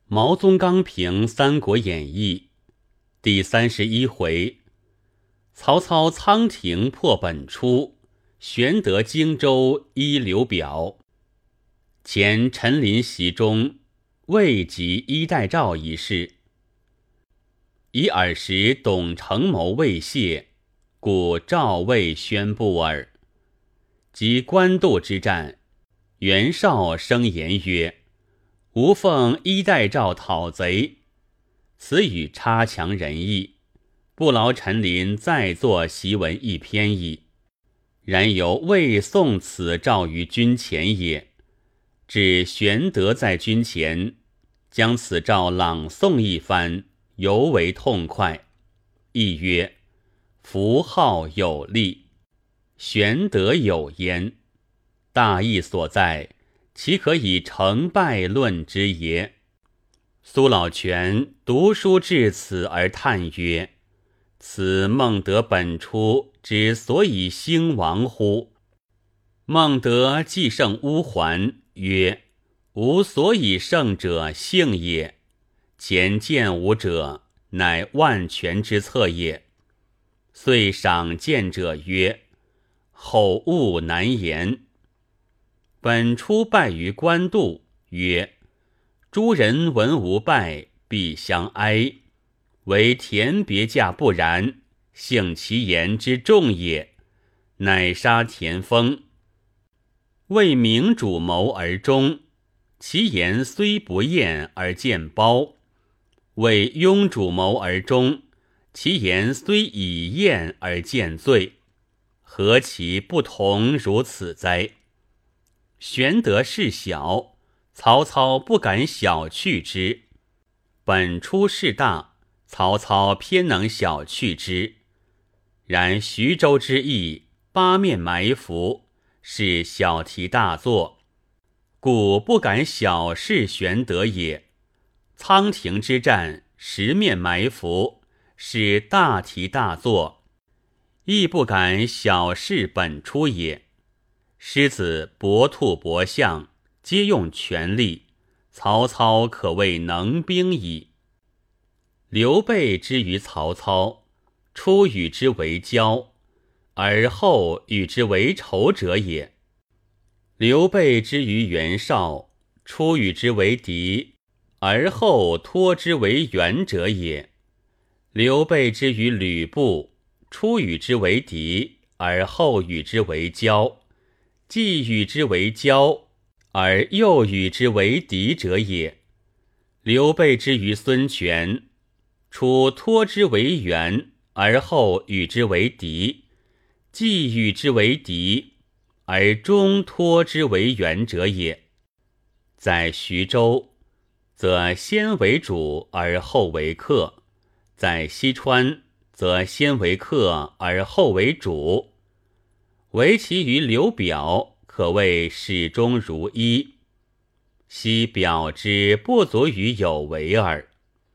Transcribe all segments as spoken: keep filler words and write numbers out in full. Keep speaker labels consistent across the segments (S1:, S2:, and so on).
S1: 毛宗刚评《三国演义》第三十一回：曹操仓亭破本初，玄德荆州依刘表。前陈琳袭中，未及衣带诏一事。以尔时董承谋未泄，故诏未宣布耳。及官渡之战，袁绍声言曰：吾奉衣带诏讨贼，此语差强人意，不劳陈琳再作檄文一篇矣。然犹未送此诏于军前也。至玄德在军前，将此诏朗诵一番，尤为痛快。亦曰：符号有力，玄德有焉，大义所在，岂可以成败论之也？苏老泉读书至此而叹曰：此孟德本初之所以兴亡乎？孟德既胜乌桓，曰：吾所以胜者幸也，前见吾者，乃万全之策也。遂赏见者曰：后物难言。本初败于官渡，曰：诸人闻吾败，必相哀，唯田别驾不然，幸其言之重也，乃杀田丰。为明主谋而忠，其言虽不厌而见褒；为庸主谋而忠，其言虽以厌而见罪。何其不同如此哉？玄德事小，曹操不敢小觑之；本初事大，曹操偏能小觑之。然徐州之役，八面埋伏，是小题大做，故不敢小视玄德也。仓亭之战，十面埋伏，是大题大做，亦不敢小视本初也。狮子搏兔搏象，皆用全力，曹操可谓能兵矣。刘备之于曹操，初与之为交，而后与之为仇者也。刘备之于袁绍，初与之为敌，而后托之为援者也。刘备之于吕布，初与之为敌，而后与之为交，既与之为交，而又与之为敌者也。刘备之于孙权，初托之为援，而后与之为敌，既与之为敌，而终托之为援者也。在徐州，则先为主而后为客；在西川，则先为客而后为主。唯其于刘表，可谓始终如一，昔表之不足与有为耳。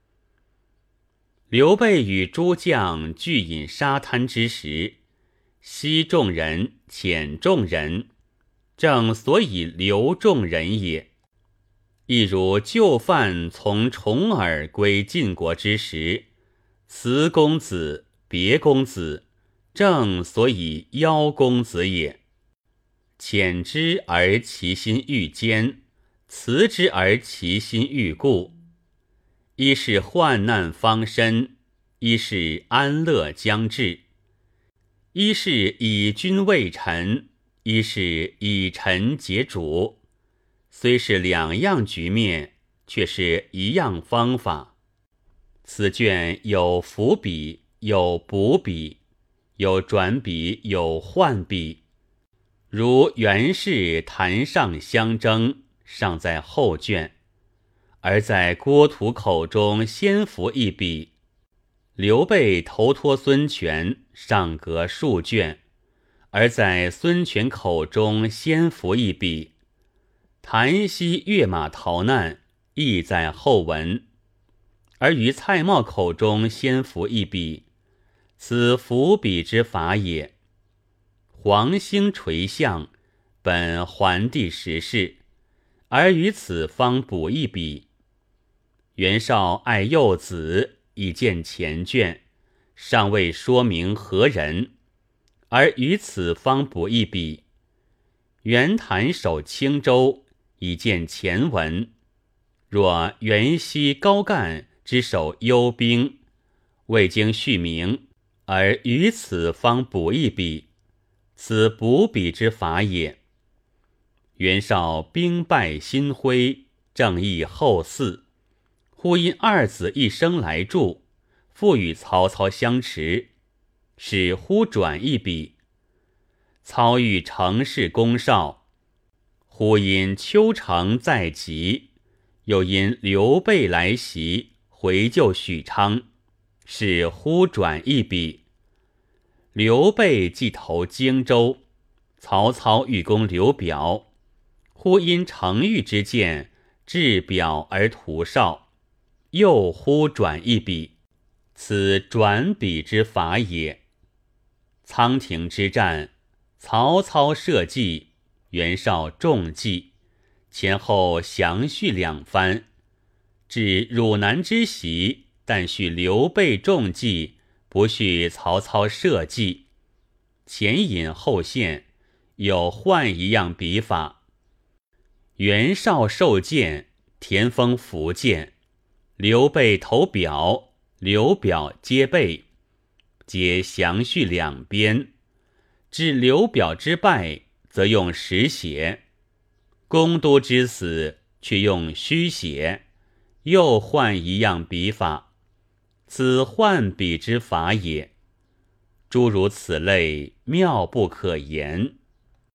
S1: 刘备与诸将俱饮沙滩之时，惜众人，遣众人，正所以留众人也。亦如就范从重耳归晋国之时，辞公子，别公子，正所以邀公子也。遣之而其心欲坚，辞之而其心欲固。一是患难方深，一是安乐将至；一是以君为臣，一是以臣解主。虽是两样局面，却是一样方法。此卷有伏笔，有补笔，有转笔，有换笔。如袁氏谈上相争，尚在后卷，而在郭图口中先伏一笔；刘备投托孙权，尚隔数卷，而在孙权口中先伏一笔；谭溪跃马逃难，亦在后文，而于蔡瑁口中先伏一笔，此伏笔之法也。黄兴垂象，本桓帝时事，而于此方补一笔。 袁绍爱幼子，以见前卷，尚未说明何人，而于此方补一笔。袁谭守青州，以见前文。若袁熙、高干之守幽兵，未经续名，而于此方补一笔，此补笔之法也。袁绍兵败心灰，正义后嗣，忽因二子一生来助，复与曹操相持，使忽转一笔。操欲乘势攻绍，忽因丘城在即，又因刘备来袭，回救许昌，是忽转一笔。刘备既投荆州，曹操欲攻刘表，忽因程昱之见，置表而图绍，又忽转一笔，此转笔之法也。仓亭之战，曹操设计，袁绍中计，前后详叙两番。至汝南之袭，但叙刘备中计，不叙曹操设计，前引后现，有换一样笔法。袁绍受剑，田丰伏剑，刘备投表，刘表接备，皆详叙两边。至刘表之败，则用实写；公都之死，却用虚写，又换一样笔法，此换笔之法也。诸如此类，妙不可言。